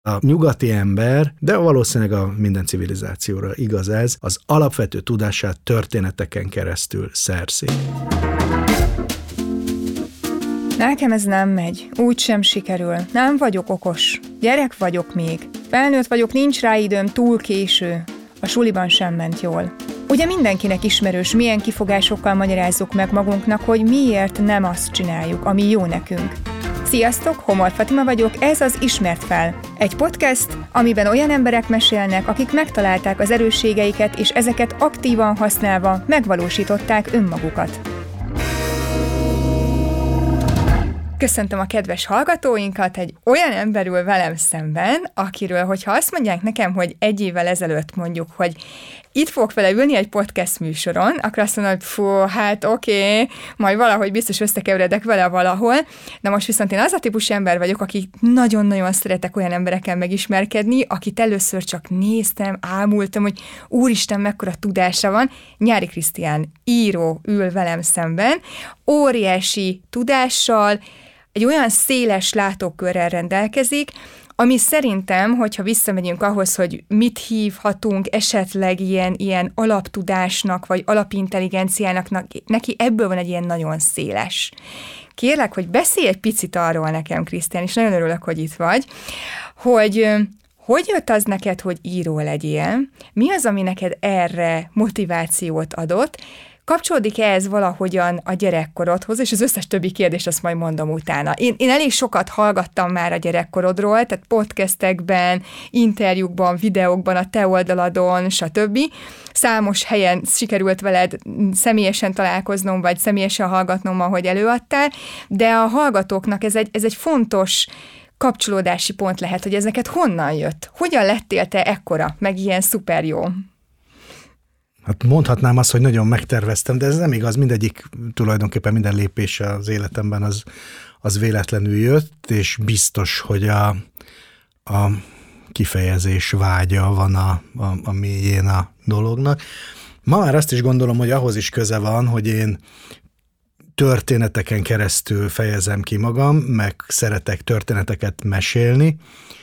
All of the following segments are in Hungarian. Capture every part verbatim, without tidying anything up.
A nyugati ember, de valószínűleg a minden civilizációra igaz ez, az alapvető tudását történeteken keresztül szerzi. Nekem ez nem megy, úgy sem sikerül, nem vagyok okos, gyerek vagyok még, felnőtt vagyok, nincs rá időm, túl késő, a suliban sem ment jól. Ugye mindenkinek ismerős, milyen kifogásokkal magyarázzuk meg magunknak, hogy miért nem azt csináljuk, ami jó nekünk. Sziasztok, Homor Fatima vagyok, ez az Ismert fel. Egy podcast, amiben olyan emberek mesélnek, akik megtalálták az erősségeiket, és ezeket aktívan használva megvalósították önmagukat. Köszöntöm a kedves hallgatóinkat, egy olyan ember ül velem szemben, akiről, hogyha azt mondják nekem, hogy egy évvel ezelőtt mondjuk, hogy itt fogok vele ülni egy podcast műsoron, akkor azt mondom, hogy fú, hát oké, okay, majd valahogy biztos összekeveredek vele valahol, de most viszont én az a típusú ember vagyok, aki nagyon-nagyon szeretek olyan emberekkel megismerkedni, akit először csak néztem, ámultam, hogy úristen, mekkora tudása van. Nyári Krisztián író ül velem szemben, óriási tudással, egy olyan széles látókörrel rendelkezik, ami szerintem, hogyha visszamegyünk ahhoz, hogy mit hívhatunk esetleg ilyen, ilyen alaptudásnak, vagy alapintelligenciának, neki ebből van egy ilyen nagyon széles. Kérlek, hogy beszélj egy picit arról nekem, Krisztián, és nagyon örülök, hogy itt vagy, hogy hogy jött az neked, hogy író legyél, mi az, ami neked erre motivációt adott, kapcsolódik-e ez valahogyan a gyerekkorodhoz, és az összes többi kérdést azt majd mondom utána. Én, én elég sokat hallgattam már a gyerekkorodról, tehát podcastekben, interjúkban, videókban, a te oldaladon, stb. Számos helyen sikerült veled személyesen találkoznom, vagy személyesen hallgatnom, ahogy előadtál, de a hallgatóknak ez egy, ez egy fontos kapcsolódási pont lehet, hogy ez neked honnan jött? Hogyan lettél te ekkora, meg ilyen szuper jó? Hát mondhatnám azt, hogy nagyon megterveztem, de ez nem igaz, mindegyik, tulajdonképpen minden lépés az életemben az, az véletlenül jött, és biztos, hogy a, a kifejezés vágya van a, a, a mélyén a dolognak. Ma már azt is gondolom, hogy ahhoz is köze van, hogy én történeteken keresztül fejezem ki magam, meg szeretek történeteket mesélni,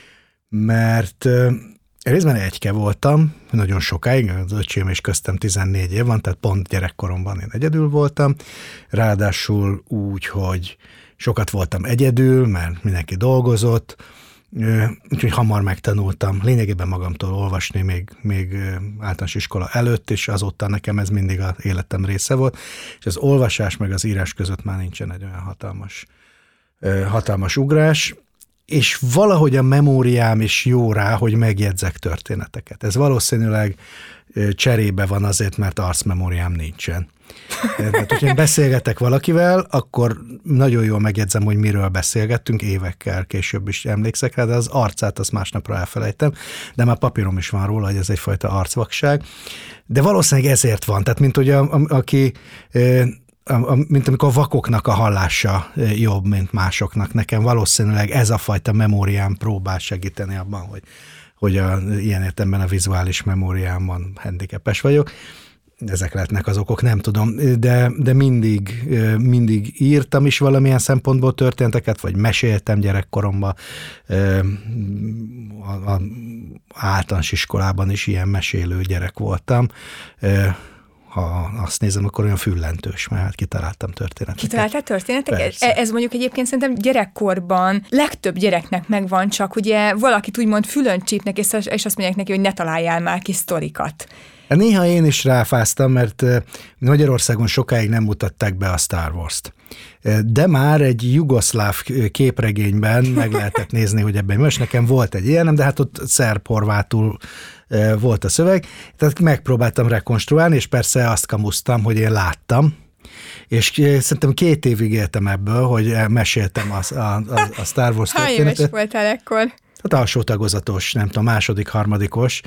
mert részben egyke voltam, nagyon sokáig, az öcsém és köztem tizennégy év van, tehát pont gyerekkoromban én egyedül voltam, ráadásul úgy, hogy sokat voltam egyedül, mert mindenki dolgozott, úgyhogy hamar megtanultam lényegében magamtól olvasni még, még általános iskola előtt, és azóta nekem ez mindig az életem része volt, és az olvasás meg az írás között már nincsen egy olyan hatalmas, hatalmas ugrás, és valahogy a memóriám is jó rá, hogy megjegyzek történeteket. Ez valószínűleg cserébe van azért, mert arcmemóriám nincsen. Tehát, hogyha én beszélgetek valakivel, akkor nagyon jól megjegyzem, hogy miről beszélgettünk, évekkel később is emlékszek rá, de az arcát azt másnapra elfelejtem, de már papírom is van róla, hogy ez egyfajta arcvakság. De valószínűleg ezért van, tehát mint hogy a, a, aki... A, a, mint amikor a vakoknak a hallása jobb, mint másoknak. Nekem valószínűleg ez a fajta memóriám próbál segíteni abban, hogy, hogy a, ilyen értelemben a vizuális memóriámban handicapes vagyok. Ezek lehetnek az okok, nem tudom, de, de mindig, mindig írtam is valamilyen szempontból történeteket, vagy meséltem gyerekkoromban. A, a általános iskolában is ilyen mesélő gyerek voltam. Ha azt nézem, akkor olyan füllentős, mert hát kitaláltam történeteket. Kitaláltál történeteket? Ez, ez mondjuk egyébként szerintem gyerekkorban legtöbb gyereknek megvan, csak ugye valakit úgymond fülön csípnek, és, és azt mondják neki, hogy ne találjál már ki sztorikat. Néha én is ráfáztam, mert Magyarországon sokáig nem mutatták be a Star Wars-t. De már egy jugoszláv képregényben meg lehetett nézni, hogy ebben most nekem volt egy ilyenem, de hát ott szerb-horvátul volt a szöveg, tehát megpróbáltam rekonstruálni, és persze azt kamusztam, hogy én láttam, és szerintem két évig éltem ebből, hogy meséltem a, a, a Star Wars történetet. Hány éves voltál ekkor? Hát alsó tagozatos, nem tudom, második, harmadikos,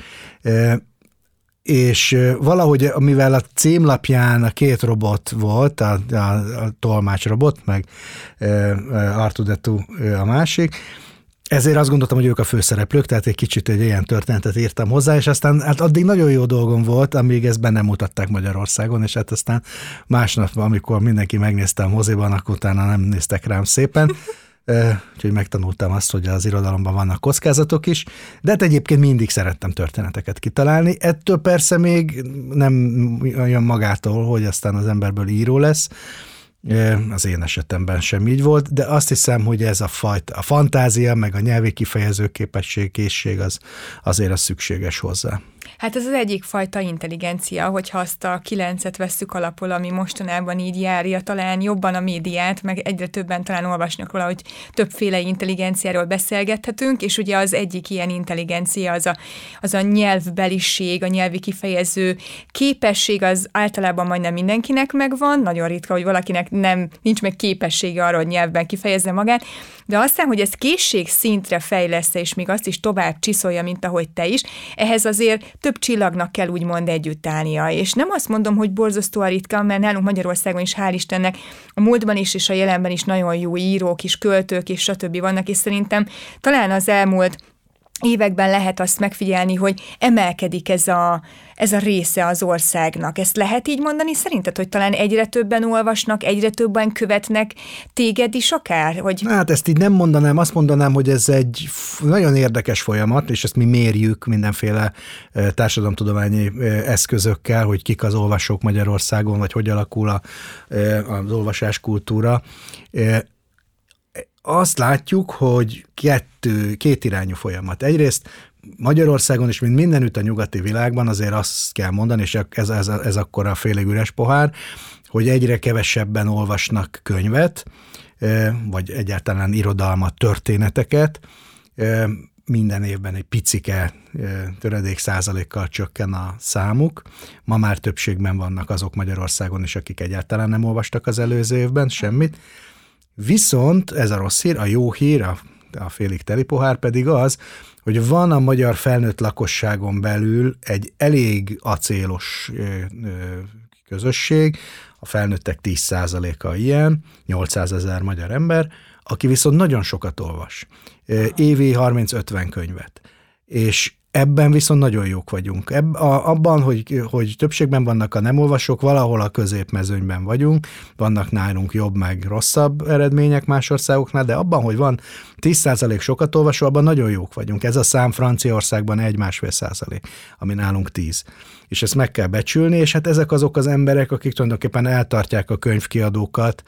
és valahogy, mivel a címlapján a két robot volt, a, a, a tolmács robot, meg Artudetu a másik, ezért azt gondoltam, hogy ők a főszereplők, tehát egy kicsit egy ilyen történetet írtam hozzá, és aztán hát addig nagyon jó dolgom volt, amíg ezt be nem mutatták Magyarországon, és hát aztán másnap, amikor mindenki megnézte a moziban, akkor utána nem néztek rám szépen, úgyhogy megtanultam azt, hogy az irodalomban vannak kockázatok is, de hát egyébként mindig szerettem történeteket kitalálni. Ettől persze még nem olyan magától, hogy aztán az emberből író lesz, az én esetemben sem így volt, de azt hiszem, hogy ez a fajta, a fantázia, meg a nyelvi kifejező képesség, készség az azért az szükséges hozzá. Hát ez az egyik fajta intelligencia, hogyha azt a kilencet vesszük alapul, ami mostanában így járja talán jobban a médiát, meg egyre többen talán olvasnak róla, hogy többféle intelligenciáról beszélgethetünk, és ugye az egyik ilyen intelligencia az a, az a nyelvbeliség, a nyelvi kifejező képesség, az általában majdnem mindenkinek megvan, nagyon ritka, hogy valakinek nem, nincs meg képessége arra, hogy nyelvben kifejezze magát, de aztán, hogy ez készség szintre fejlesz, és még azt is tovább csiszolja, mint ahogy te is, ehhez azért több csillagnak kell úgymond együtt állnia. És nem azt mondom, hogy borzasztóan ritka, mert nálunk Magyarországon is, hál' Istennek, a múltban is és a jelenben is nagyon jó írók is, költők és stb. Vannak, és szerintem talán az elmúlt években lehet azt megfigyelni, hogy emelkedik ez a, ez a része az országnak. Ezt lehet így mondani? Szerinted, hogy talán egyre többen olvasnak, egyre többen követnek téged is akár? Hogy... Hát ezt így nem mondanám, azt mondanám, hogy ez egy nagyon érdekes folyamat, és ezt mi mérjük mindenféle társadalomtudományi eszközökkel, hogy kik az olvasók Magyarországon, vagy hogy alakul a, az olvasáskultúra. Azt látjuk, hogy kettő, két irányú folyamat. Egyrészt Magyarországon is, mint mindenütt a nyugati világban, azért azt kell mondani, és ez, ez, ez akkor a félig üres pohár, hogy egyre kevesebben olvasnak könyvet, vagy egyáltalán irodalmat, történeteket. Minden évben egy picike töredék százalékkal csökken a számuk. Ma már többségben vannak azok Magyarországon is, akik egyáltalán nem olvastak az előző évben semmit. Viszont ez a rossz hír, a jó hír, a, a félig teli pohár pedig az, hogy van a magyar felnőtt lakosságon belül egy elég acélos ö, ö, közösség, a felnőttek tíz százaléka ilyen, nyolcszázezer magyar ember, aki viszont nagyon sokat olvas. Évi harminc-ötven könyvet. És ebben viszont nagyon jók vagyunk. Ebb, a, abban, hogy, hogy többségben vannak a nem olvasók, valahol a középmezőnyben vagyunk, vannak nálunk jobb meg rosszabb eredmények más országoknál, de abban, hogy van tíz százalék sokat olvasó, abban nagyon jók vagyunk. Ez a szám Franciaországban egy-másfél százalék, ami nálunk tíz. És ezt meg kell becsülni, és hát ezek azok az emberek, akik tulajdonképpen eltartják a könyvkiadókat,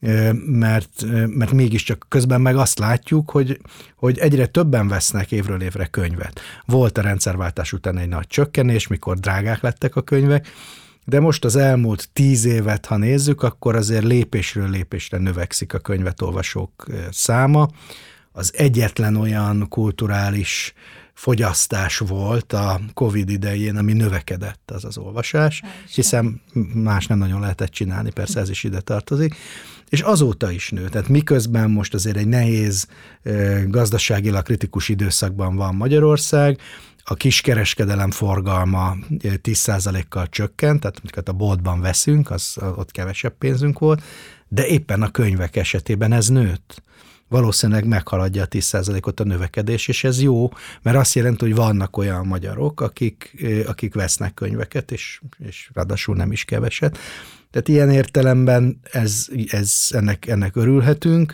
mert, mert mégiscsak közben meg azt látjuk, hogy, hogy egyre többen vesznek évről évre könyvet. Volt a rendszerváltás után egy nagy csökkenés, mikor drágák lettek a könyvek, de most az elmúlt tíz évet, ha nézzük, akkor azért lépésről lépésre növekszik a könyvet olvasók száma. Az egyetlen olyan kulturális fogyasztás volt a Covid idején, ami növekedett, az az olvasás, hiszen más nem nagyon lehetett csinálni, persze ez is ide tartozik, és azóta is nő. Tehát miközben most azért egy nehéz, gazdaságilag kritikus időszakban van Magyarország, a kiskereskedelem forgalma tíz százalékkal csökkent, tehát amiket a boltban veszünk, az, ott kevesebb pénzünk volt, de éppen a könyvek esetében ez nőtt. Valószínűleg meghaladja a tíz százalékot a növekedés, és ez jó, mert azt jelenti, hogy vannak olyan magyarok, akik, akik vesznek könyveket, és, és ráadásul nem is keveset. Tehát ilyen értelemben ez, ez, ennek, ennek örülhetünk,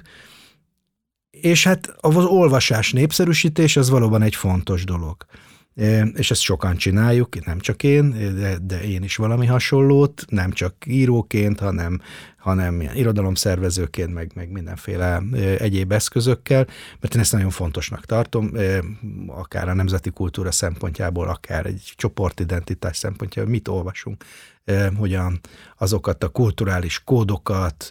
és hát az olvasás népszerűsítés az valóban egy fontos dolog. És ezt sokan csináljuk, nem csak én, de, de én is valami hasonlót, nem csak íróként, hanem, hanem irodalomszervezőként, meg, meg mindenféle egyéb eszközökkel, mert én ezt nagyon fontosnak tartom, akár a nemzeti kultúra szempontjából, akár egy csoportidentitás szempontjából, mit olvasunk, hogyan azokat a kulturális kódokat,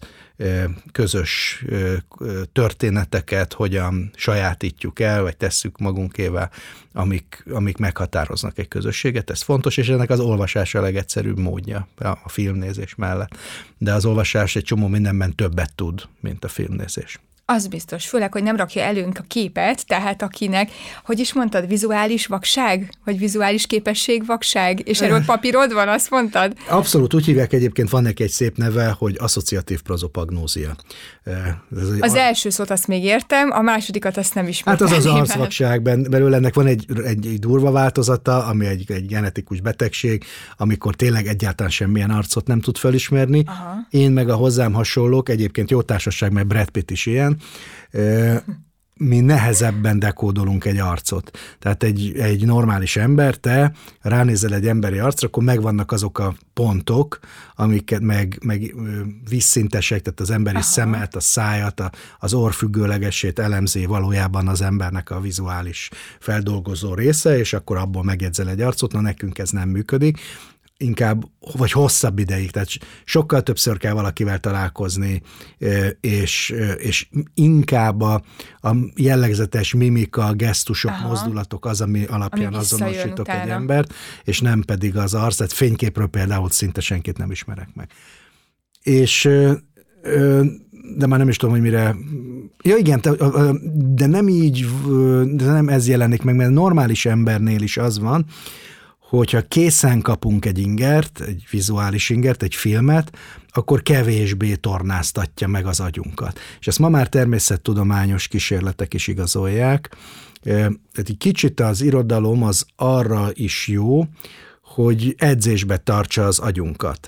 közös történeteket hogyan sajátítjuk el, vagy tesszük magunkévá, amik, amik meghatároznak egy közösséget. Ez fontos, és ennek az olvasás a legegyszerűbb módja a filmnézés mellett. De az olvasás egy csomó mindenben többet tud, mint a filmnézés. Az biztos, főleg, hogy nem rakja előnk a képet, tehát akinek, hogy is mondtad, vizuális vakság, vagy vizuális képesség vakság, és erről papírod van, azt mondtad? Abszolút, úgy hívják egyébként, van neki egy szép neve, hogy asszociatív prozopagnózia. Az a... első szót azt még értem, a másodikat azt nem ismertem. Hát az az arcvakság, belőle ennek van egy, egy, egy durva változata, ami egy, egy genetikus betegség, amikor tényleg egyáltalán semmilyen arcot nem tud felismerni. Aha. Én meg a hozzám hasonlók, egyébként jó társaság, mert Brad Pitt is ilyen, szerintem, mi nehezebben dekódolunk egy arcot. Tehát egy, egy normális ember, te ránézel egy emberi arcra, akkor megvannak azok a pontok, amiket meg, meg vízszintesek, tehát az emberi Aha. szemet, a szájat, a, az orrfüggőlegesét elemzi valójában az embernek a vizuális feldolgozó része, és akkor abból megjegyzel egy arcot, na nekünk ez nem működik. Inkább, vagy hosszabb ideig, tehát sokkal többször kell valakivel találkozni, és, és inkább a, a jellegzetes mimika, gesztusok, Aha. mozdulatok az, ami alapján ami azonosítok egy embert, és nem pedig az arc, tehát fényképről például szinte senkit nem ismerek meg. És de már nem is tudom, hogy mire... Ja igen, de nem így, de nem ez jelenik meg, mert normális embernél is az van, hogyha készen kapunk egy ingert, egy vizuális ingert, egy filmet, akkor kevésbé tornáztatja meg az agyunkat. És ezt ma már természettudományos kísérletek is igazolják. Tehát egy kicsit az irodalom az arra is jó, hogy edzésbe tartsa az agyunkat.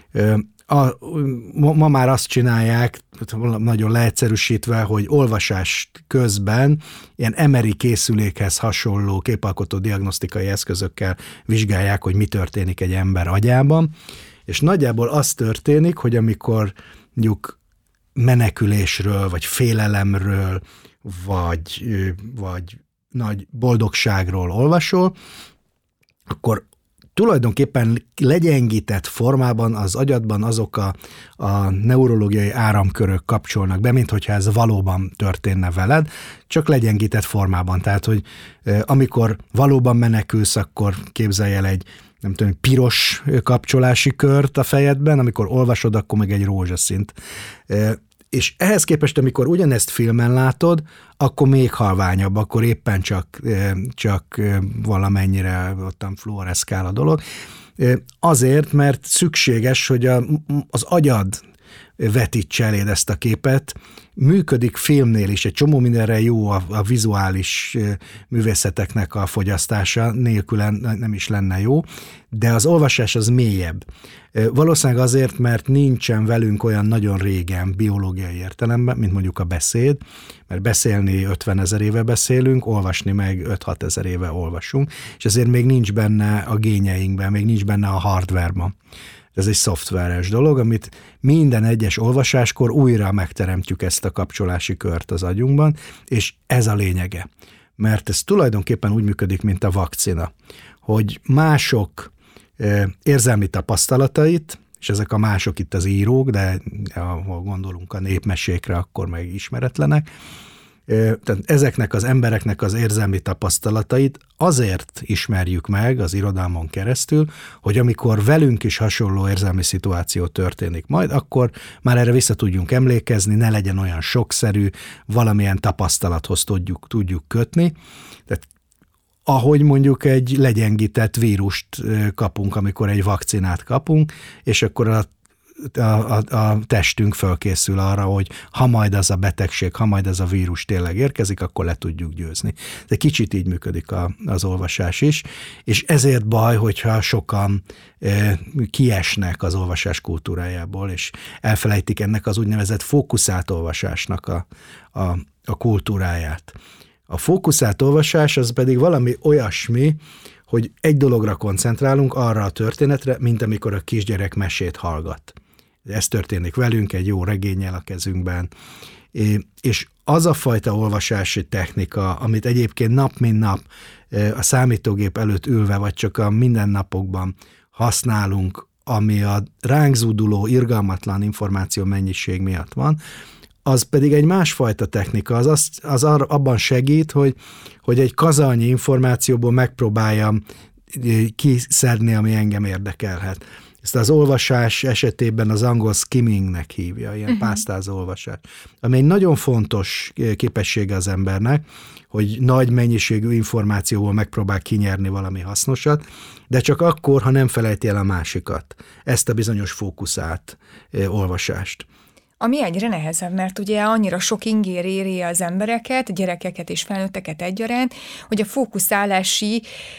A, ma már azt csinálják, nagyon leegyszerűsítve, hogy olvasás közben ilyen em er i készülékhez hasonló képalkotó diagnosztikai eszközökkel vizsgálják, hogy mi történik egy ember agyában, és nagyjából az történik, hogy amikor mondjuk menekülésről, vagy félelemről, vagy, vagy nagy boldogságról olvasol, akkor tulajdonképpen legyengített formában az agyadban azok a, a neurológiai áramkörök kapcsolnak be, mint hogyha ez valóban történne veled, csak legyengített formában. Tehát, hogy amikor valóban menekülsz, akkor képzelj el egy nem tudom, piros kapcsolási kört a fejedben, amikor olvasod, akkor meg egy rózsaszínt. És ehhez képest, amikor ugyanezt filmen látod, akkor még halványabb, akkor éppen csak, csak valamennyire ottan fluoreszkál a dolog. Azért, mert szükséges, hogy a, az agyad vetítse eléd ezt a képet, működik filmnél is, egy csomó mindenre jó a, a vizuális művészeteknek a fogyasztása, nélkül nem is lenne jó, de az olvasás az mélyebb. Valószínűleg azért, mert nincsen velünk olyan nagyon régen biológiai értelemben, mint mondjuk a beszéd, mert beszélni ötvenezer éve beszélünk, olvasni meg öt-hat ezer éve olvasunk, és ezért még nincs benne a génjeinkben, még nincs benne a hardware-ban. Ez egy szoftveres dolog, amit minden egyes olvasáskor újra megteremtjük ezt a kapcsolási kört az agyunkban, és ez a lényege. Mert ez tulajdonképpen úgy működik, mint a vakcina, hogy mások érzelmi tapasztalatait, és ezek a mások itt az írók, de ha gondolunk a népmesékre, akkor meg ismeretlenek, tehát ezeknek az embereknek az érzelmi tapasztalatait azért ismerjük meg az irodalmon keresztül, hogy amikor velünk is hasonló érzelmi szituáció történik majd, akkor már erre vissza tudjunk emlékezni, ne legyen olyan sokszerű, valamilyen tapasztalathoz tudjuk, tudjuk kötni. Tehát ahogy mondjuk egy legyengített vírust kapunk, amikor egy vakcinát kapunk, és akkor a A, a, a testünk fölkészül arra, hogy ha majd az a betegség, ha majd ez a vírus tényleg érkezik, akkor le tudjuk győzni. De kicsit így működik a, az olvasás is, és ezért baj, hogyha sokan e, kiesnek az olvasás kultúrájából, és elfelejtik ennek az úgynevezett fókuszált olvasásnak a, a, a kultúráját. A fókuszált olvasás az pedig valami olyasmi, hogy egy dologra koncentrálunk, arra a történetre, mint amikor a kisgyerek mesét hallgat. Ez történik velünk, egy jó regénnyel a kezünkben. És az a fajta olvasási technika, amit egyébként nap mint nap a számítógép előtt ülve, vagy csak a mindennapokban használunk, ami a ránk zúduló, irgalmatlan információ mennyiség miatt van, az pedig egy másfajta technika, az, az, az abban segít, hogy, hogy egy kazalnyi információból megpróbáljam kiszedni, ami engem érdekelhet. Ezt az olvasás esetében az angol skimmingnek hívja, ilyen uh-huh. pásztázó olvasás, ami egy nagyon fontos képessége az embernek, hogy nagy mennyiségű információból megpróbál kinyerni valami hasznosat, de csak akkor, ha nem felejti el a másikat, ezt a bizonyos fókuszált olvasást. Ami egyre nehezebb, mert ugye annyira sok ingér éri az embereket, gyerekeket és felnőtteket egyaránt, hogy a fókuszálási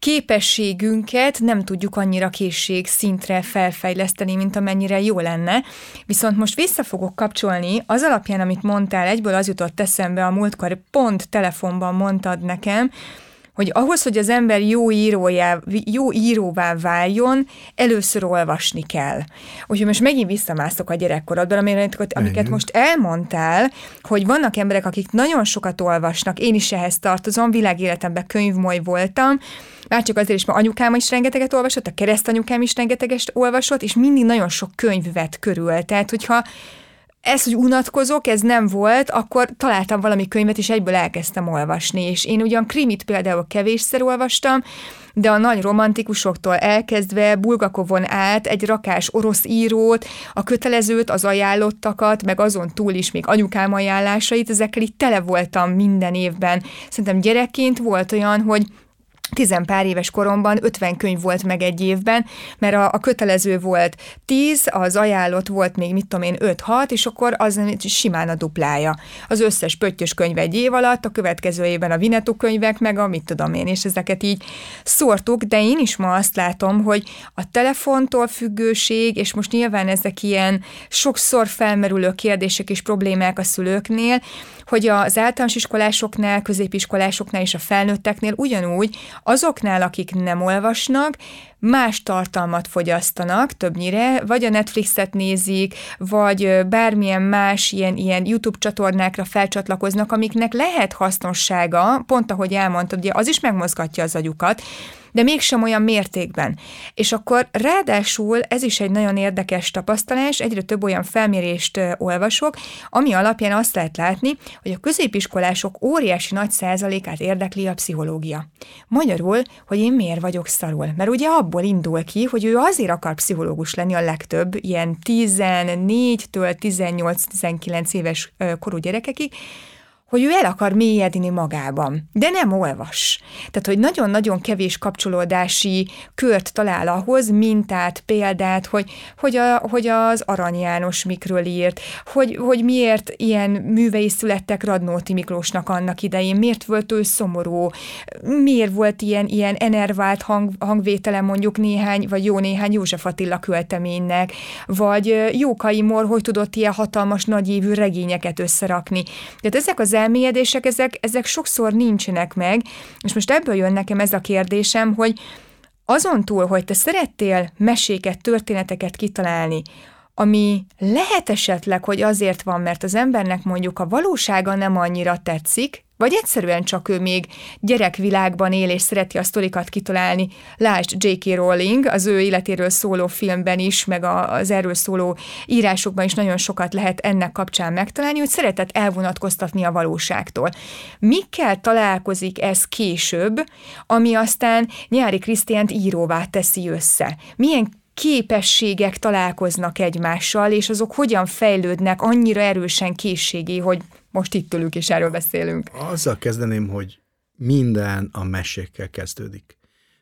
képességünket nem tudjuk annyira készség szintre felfejleszteni, mint amennyire jó lenne. Viszont most vissza fogok kapcsolni, az alapján, amit mondtál, egyből az jutott eszembe, a múltkor pont telefonban mondtad nekem, hogy ahhoz, hogy az ember jó, írójá, jó íróvá váljon, először olvasni kell. Úgyhogy most megint visszamászok a gyerekkorodban, amiket, amiket most elmondtál, hogy vannak emberek, akik nagyon sokat olvasnak, én is ehhez tartozom, világéletemben könyvmoly voltam, már csak azért is, mert anyukám is rengeteget olvasott, a keresztanyukám is rengeteget olvasott, és mindig nagyon sok könyv vett körül. Tehát, hogyha ez, hogy unatkozok, ez nem volt, akkor találtam valami könyvet, és egyből elkezdtem olvasni. És én ugyan krimit például kevésszer olvastam, de a nagy romantikusoktól elkezdve Bulgakovon át egy rakás orosz írót, a kötelezőt, az ajánlottakat, meg azon túl is még anyukám ajánlásait, ezekkel így tele voltam minden évben. Szerintem gyerekként volt olyan, hogy tizenpár éves koromban ötven könyv volt meg egy évben, mert a, a kötelező volt tíz, az ajánlott volt még, mit tudom én, öt-hat, és akkor az simán a duplája. Az összes pöttyös könyv egy év alatt, a következő évben a Vinetú könyvek, meg a mit tudom én, és ezeket így szórtuk, de én is ma azt látom, hogy a telefontól függőség, és most nyilván ezek ilyen sokszor felmerülő kérdések és problémák a szülőknél, hogy az általános iskolásoknál, középiskolásoknál és a felnőtteknél ugyanúgy azoknál, akik nem olvasnak, más tartalmat fogyasztanak többnyire, vagy a Netflixet nézik, vagy bármilyen más ilyen, ilyen YouTube csatornákra felcsatlakoznak, amiknek lehet hasznossága, pont ahogy elmondtad, ugye az is megmozgatja az agyukat, de mégsem olyan mértékben. És akkor ráadásul ez is egy nagyon érdekes tapasztalás, egyre több olyan felmérést olvasok, ami alapján azt lehet látni, hogy a középiskolások óriási nagy százalékát érdekli a pszichológia. Magyarul, hogy én miért vagyok szarul. Mert ugye abból indul ki, hogy ő azért akar pszichológus lenni a legtöbb, ilyen tizennégytől tizennyolc-tizenkilenc éves korú gyerekekig, hogy ő el akar mélyedni magában, de nem olvas. Tehát, hogy nagyon-nagyon kevés kapcsolódási kört talál ahhoz, mintát, példát, hogy, hogy, a, hogy az Arany János mikről írt, hogy, hogy miért ilyen művei születtek Radnóti Miklósnak annak idején, miért volt ő szomorú, miért volt ilyen, ilyen enervált hang, hangvétele mondjuk néhány, vagy jó néhány József Attila költeménynek, vagy Jókai Mor, hogy tudott ilyen hatalmas, nagyívű regényeket összerakni. Tehát ezek az elmélyedések, ezek, ezek sokszor nincsenek meg, és most ebből jön nekem ez a kérdésem, hogy azon túl, hogy te szerettél meséket, történeteket kitalálni, ami lehet esetleg, hogy azért van, mert az embernek mondjuk a valósága nem annyira tetszik, vagy egyszerűen csak ő még gyerekvilágban él, és szereti a sztorikat kitalálni. Lásd jé ká. Rowling, az ő életéről szóló filmben is, meg az erről szóló írásokban is nagyon sokat lehet ennek kapcsán megtalálni, hogy szeretett elvonatkoztatni a valóságtól. Mikkel találkozik ez később, ami aztán Nyári Krisztiánt íróvá teszi össze? Milyen képességek találkoznak egymással, és azok hogyan fejlődnek annyira erősen készségé, hogy most itt ülünk, és erről beszélünk. Azzal kezdeném, hogy minden a mesékkel kezdődik.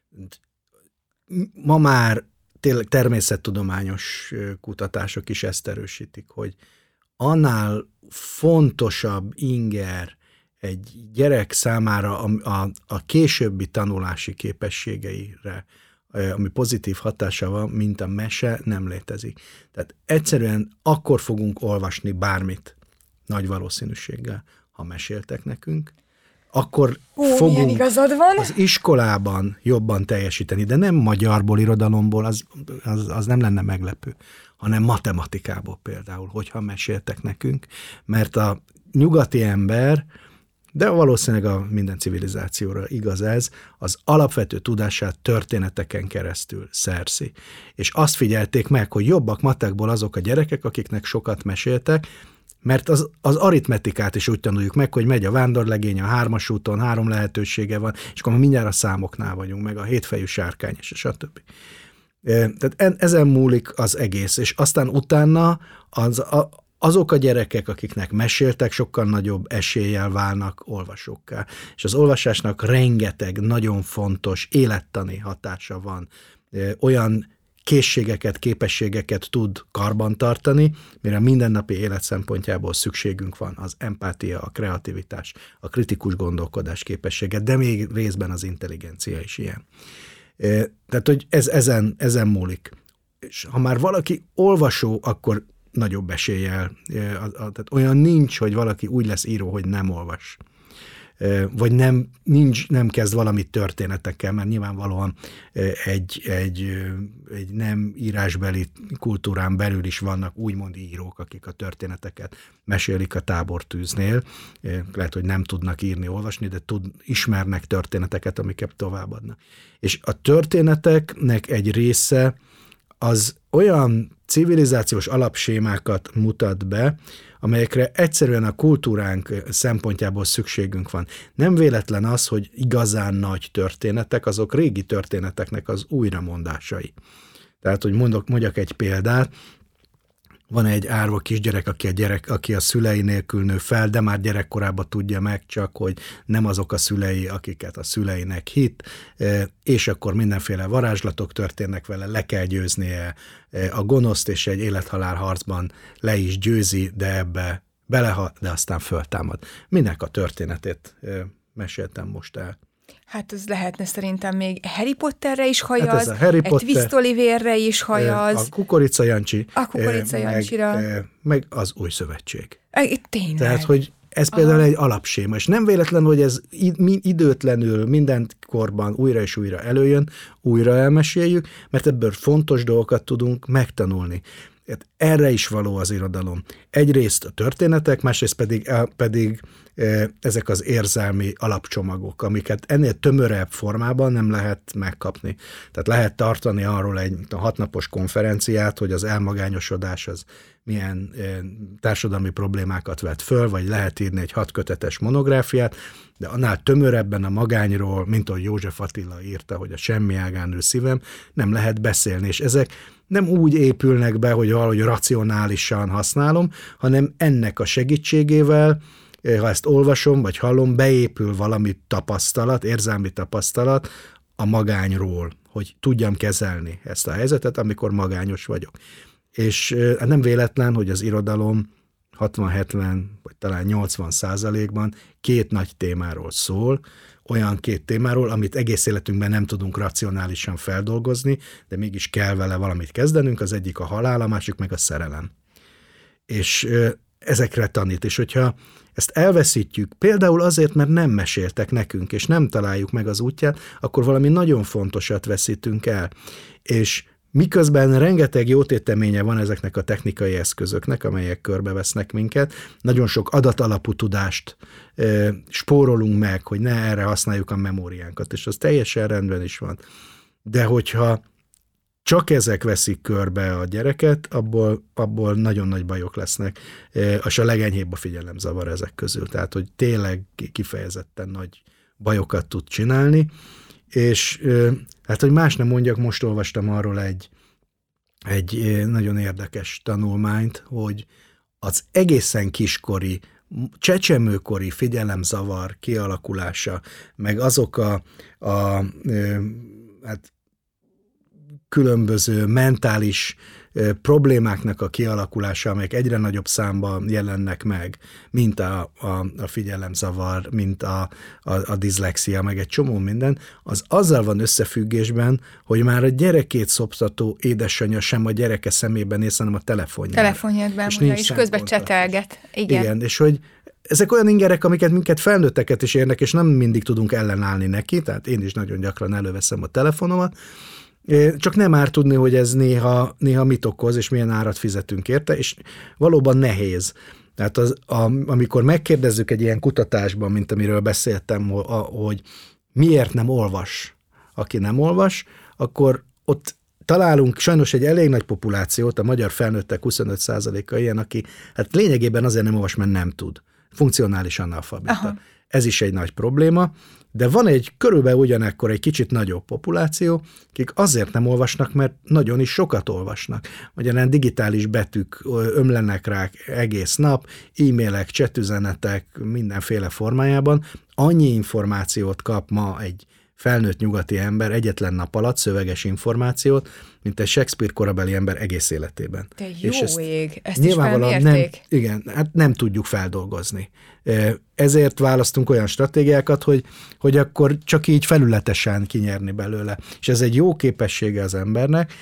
Ma már tényleg természettudományos kutatások is ezt erősítik, hogy annál fontosabb inger egy gyerek számára a, a, a későbbi tanulási képességeire, ami pozitív hatása van, mint a mese, nem létezik. Tehát egyszerűen akkor fogunk olvasni bármit, nagy valószínűséggel, ha meséltek nekünk, akkor Ó, fogunk igazad van. Az iskolában jobban teljesíteni, de nem magyarból, irodalomból, az, az, az nem lenne meglepő, hanem matematikából például, hogyha meséltek nekünk, mert a nyugati ember, de valószínűleg a minden civilizációra igaz ez, az alapvető tudását történeteken keresztül szerzi. És azt figyelték meg, hogy jobbak matekból azok a gyerekek, akiknek sokat meséltek, mert az, az aritmetikát is úgy tanuljuk meg, hogy megy a vándorlegény a hármas úton, három lehetősége van, és akkor mindjárt a számoknál vagyunk, meg a hétfejű sárkány, és stb. Tehát ezen múlik az egész, és aztán utána az, a, azok a gyerekek, akiknek meséltek, sokkal nagyobb eséllyel válnak olvasókká. És az olvasásnak rengeteg, nagyon fontos élettani hatása van. Olyan készségeket, képességeket tud karbantartani, mire a mindennapi élet szempontjából szükségünk van az empátia, a kreativitás, a kritikus gondolkodás képessége, de még részben az intelligencia is ilyen. Tehát, hogy ez ezen, ezen múlik. És ha már valaki olvasó, akkor nagyobb eséllyel. Tehát olyan nincs, hogy valaki úgy lesz író, hogy nem olvas. Vagy nem, nincs, nem kezd valamit történetekkel, mert nyilvánvalóan egy, egy, egy nem írásbeli kultúrán belül is vannak úgymond írók, akik a történeteket mesélik a tábortűznél. Lehet, hogy nem tudnak írni, olvasni, de tud, ismernek történeteket, amiket továbbadnak. És a történeteknek egy része az olyan civilizációs alapsémákat mutat be, amelyekre egyszerűen a kultúránk szempontjából szükségünk van. Nem véletlen az, hogy igazán nagy történetek, azok régi történeteknek az újramondásai. Tehát, hogy mondok, mondjak egy példát, van egy árva kisgyerek, aki a, gyerek, aki a szülei nélkül nő fel, de már gyerekkorában tudja meg csak, hogy nem azok a szülei, akiket a szüleinek hitt, és akkor mindenféle varázslatok történnek vele, le kell győznie a gonoszt, és egy élethalál harcban le is győzi, de ebbe belehal, de aztán föltámad. Minek a történetét meséltem most el. Hát ez lehetne szerintem még Harry Potterre is hajaz, hát Harry egy Potter, Twist Oliverre is hajaz. A Kukorica Jancsi. A Kukorica Jancsira. Meg, meg az Új Szövetség. Tényleg. Tehát, hogy ez például Aha. egy alapséma, és nem véletlen, hogy ez időtlenül minden korban újra és újra előjön, újra elmeséljük, mert ebből fontos dolgokat tudunk megtanulni. Erre is való az irodalom. Egyrészt a történetek, másrészt pedig, pedig ezek az érzelmi alapcsomagok, amiket ennél tömörebb formában nem lehet megkapni. Tehát lehet tartani arról egy hatnapos konferenciát, hogy az elmagányosodás az milyen társadalmi problémákat vet föl, vagy lehet írni egy hatkötetes monográfiát, de annál tömörebben a magányról, mint ahogy József Attila írta, hogy a semmi ágán ül szívem, nem lehet beszélni, és ezek nem úgy épülnek be, hogy valahogy racionálisan használom, hanem ennek a segítségével, ha ezt olvasom, vagy hallom, beépül valami tapasztalat, érzelmi tapasztalat a magányról, hogy tudjam kezelni ezt a helyzetet, amikor magányos vagyok. És nem véletlen, hogy az irodalom hatvan-hetven, vagy talán nyolcvan százalékban két nagy témáról szól, olyan két témáról, amit egész életünkben nem tudunk racionálisan feldolgozni, de mégis kell vele valamit kezdenünk, az egyik a halál, a másik meg a szerelem. És ezekre tanít, és hogyha ezt elveszítjük, például azért, mert nem meséltek nekünk, és nem találjuk meg az útját, akkor valami nagyon fontosat veszítünk el. És miközben rengeteg jótéteménye van ezeknek a technikai eszközöknek, amelyek körbevesznek minket, nagyon sok adatalapú tudást e, spórolunk meg, hogy ne erre használjuk a memóriánkat, és az teljesen rendben is van. De hogyha csak ezek veszik körbe a gyereket, abból, abból nagyon nagy bajok lesznek, e, és a legenyhébb a figyelemzavar ezek közül, tehát hogy tényleg kifejezetten nagy bajokat tud csinálni, és hát, hogy más nem mondjak, most olvastam arról egy, egy nagyon érdekes tanulmányt, hogy az egészen kiskori, csecsemőkori figyelemzavar kialakulása, meg azok a, a hát különböző mentális problémáknak a kialakulása, amelyek egyre nagyobb számban jelennek meg, mint a, a, a figyelemzavar, mint a, a, a diszlexia, meg egy csomó minden, az azzal van összefüggésben, hogy már a gyerekét szoptató édesanyja sem a gyereke szemében néz, hanem a telefonjában. Telefonjában, és, és közben csetelget. Igen. Igen, és hogy ezek olyan ingerek, amiket minket felnőtteket is érnek, és nem mindig tudunk ellenállni neki, tehát én is nagyon gyakran előveszem a telefonomat, csak nem árt tudni, hogy ez néha, néha mit okoz, és milyen árat fizetünk érte, és valóban nehéz. Tehát az, a, amikor megkérdezzük egy ilyen kutatásban, mint amiről beszéltem, hogy miért nem olvas, aki nem olvas, akkor ott találunk sajnos egy elég nagy populációt, a magyar felnőttek huszonöt százaléka ilyen, aki hát lényegében azért nem olvas, mert nem tud. Funkcionális analfabeta. Aha. Ez is egy nagy probléma, de van egy körülbelül ugyanekkor egy kicsit nagyobb populáció, akik azért nem olvasnak, mert nagyon is sokat olvasnak. Magyarán digitális betűk ömlenek rá egész nap, e-mailek, chatüzenetek mindenféle formájában. Annyi információt kap ma egy felnőtt nyugati ember egyetlen nap alatt szöveges információt, mint egy Shakespeare korabeli ember egész életében. De jó és ezt ég, ezt nyilvánvalóan is nem, igen, hát nem tudjuk feldolgozni. Ezért választunk olyan stratégiákat, hogy, hogy akkor csak így felületesen kinyerni belőle. És ez egy jó képessége az embernek,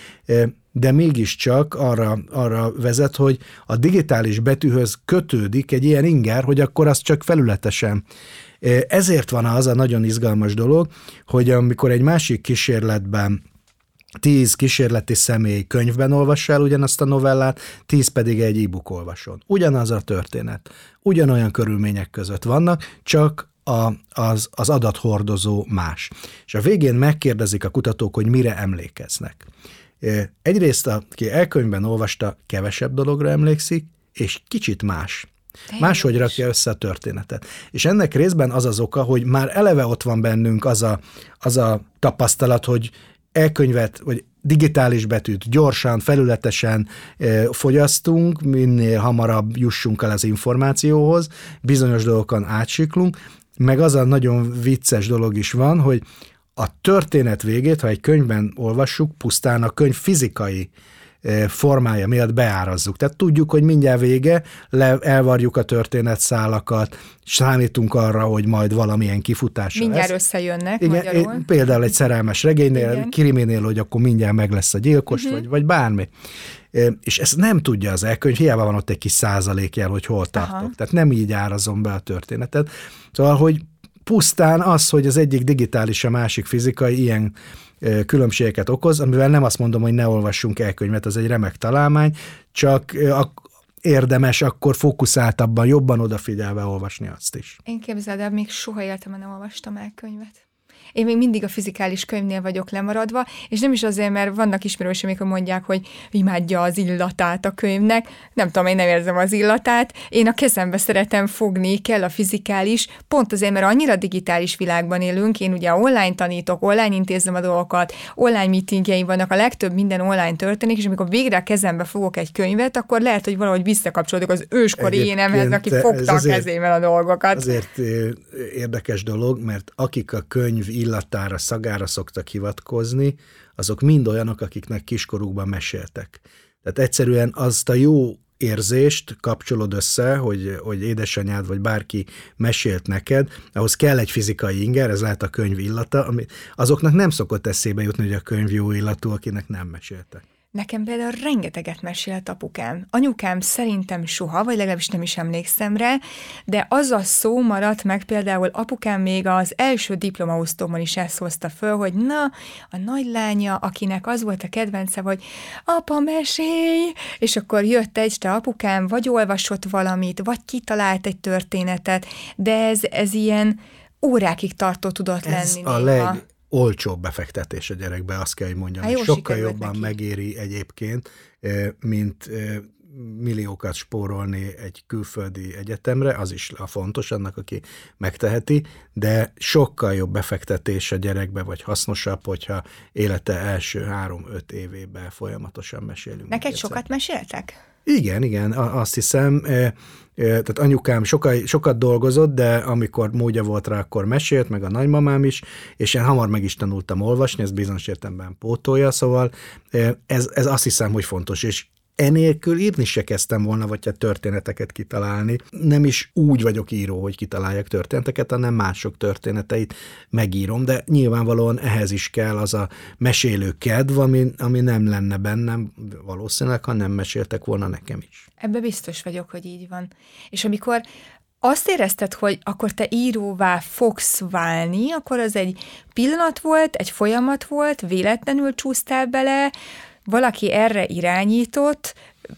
de mégiscsak arra, arra vezet, hogy a digitális betűhöz kötődik egy ilyen inger, hogy akkor az csak felületesen. Ezért van az a nagyon izgalmas dolog, hogy amikor egy másik kísérletben tíz kísérleti személy könyvben olvassa el ugyanazt a novellát, tíz pedig egy e-book olvason. Ugyanaz a történet. Ugyanolyan körülmények között vannak, csak a, az, az adathordozó más. És a végén megkérdezik a kutatók, hogy mire emlékeznek. Egyrészt, aki elkönyvben olvasta, kevesebb dologra emlékszik, és kicsit más. Máshogy rakja össze a történetet. És ennek részben az az oka, hogy már eleve ott van bennünk az a, az a tapasztalat, hogy elkönyvet, vagy digitális betűt gyorsan, felületesen e, fogyasztunk, minél hamarabb jussunk el az információhoz, bizonyos dolgokon átsiklunk, meg az a nagyon vicces dolog is van, hogy a történet végét, ha egy könyvben olvassuk, pusztán a könyv fizikai formája miatt beárazzuk. Tehát tudjuk, hogy mindjárt vége, le, elvarjuk a történetszálakat, számítunk arra, hogy majd valamilyen kifutása mindjárt lesz. Összejönnek igen, magyarul. Például egy szerelmes regénynél, kriminél, hogy akkor mindjárt meg lesz a gyilkos, uh-huh. vagy, vagy bármi. És ezt nem tudja az elkönyv, hiába van ott egy kis százalékjel, hogy hol tartok. Aha. Tehát nem így árazom be a történetet. Szóval, hogy pusztán az, hogy az egyik digitális, a másik fizikai, ilyen különbségeket okoz, amivel nem azt mondom, hogy ne olvassunk el könyvet, az egy remek találmány, csak érdemes akkor fókuszáltabban, jobban odafigyelve olvasni azt is. Én képzeld el, még soha életemben nem olvastam el könyvet. Én még mindig a fizikális könyvnél vagyok lemaradva, és nem is azért, mert vannak ismerősök, amikor mondják, hogy imádja az illatát a könyvnek. Nem tudom, én nem érzem az illatát. Én a kezembe szeretem fogni, kell a fizikális, pont azért, mert annyira digitális világban élünk. Én ugye online tanítok, online intézem a dolgokat, online meetingjeim vannak, a legtöbb minden online történik, és amikor végre a kezembe fogok egy könyvet, akkor lehet, hogy valahogy visszakapcsolódok az őskori énemhez, aki fogta a kezével a dolgokat. Azért érdekes dolog, mert akik a könyv illatára, szagára szoktak hivatkozni, azok mind olyanok, akiknek kiskorukban meséltek. Tehát egyszerűen azt a jó érzést kapcsolod össze, hogy, hogy édesanyád vagy bárki mesélt neked, ahhoz kell egy fizikai inger, ez lehet a könyv illata, ami azoknak nem szokott eszébe jutni, hogy a könyv jó illatú, akinek nem meséltek. Nekem például rengeteget mesélt apukám. Anyukám szerintem soha, vagy legalábbis nem is emlékszem rá, de az a szó maradt meg például apukám még az első diplomaosztóban is ezt hozta föl, hogy na, a nagylánya, akinek az volt a kedvence, hogy apa, mesélj, és akkor jött egy, te apukám, vagy olvasott valamit, vagy kitalált egy történetet, de ez, ez ilyen órákig tartó tudott ez lenni. a néha. leg... olcsóbb befektetés a gyerekbe, azt kell, hogy mondjam, hogy sokkal jobban neki. Megéri egyébként, mint milliókat spórolni egy külföldi egyetemre, az is a fontos annak, aki megteheti, de sokkal jobb befektetés a gyerekbe, vagy hasznosabb, hogyha élete első három-öt évében folyamatosan mesélünk. Neked sokat meséltek? Igen, igen, azt hiszem, tehát anyukám sokat, sokat dolgozott, de amikor módja volt rá, akkor mesélt, meg a nagymamám is, és én hamar meg is tanultam olvasni, ez bizonyos értelemben pótolja, szóval ez, ez azt hiszem, hogy fontos, és enélkül írni se kezdtem volna, vagy hát történeteket kitalálni. Nem is úgy vagyok író, hogy kitaláljak történeteket, hanem mások történeteit megírom, de nyilvánvalóan ehhez is kell az a mesélő kedv, ami, ami nem lenne bennem valószínűleg, ha nem meséltek volna nekem is. Ebbe biztos vagyok, hogy így van. És amikor azt érezted, hogy akkor te íróvá fogsz válni, akkor az egy pillanat volt, egy folyamat volt, véletlenül csúsztál bele, valaki erre irányított?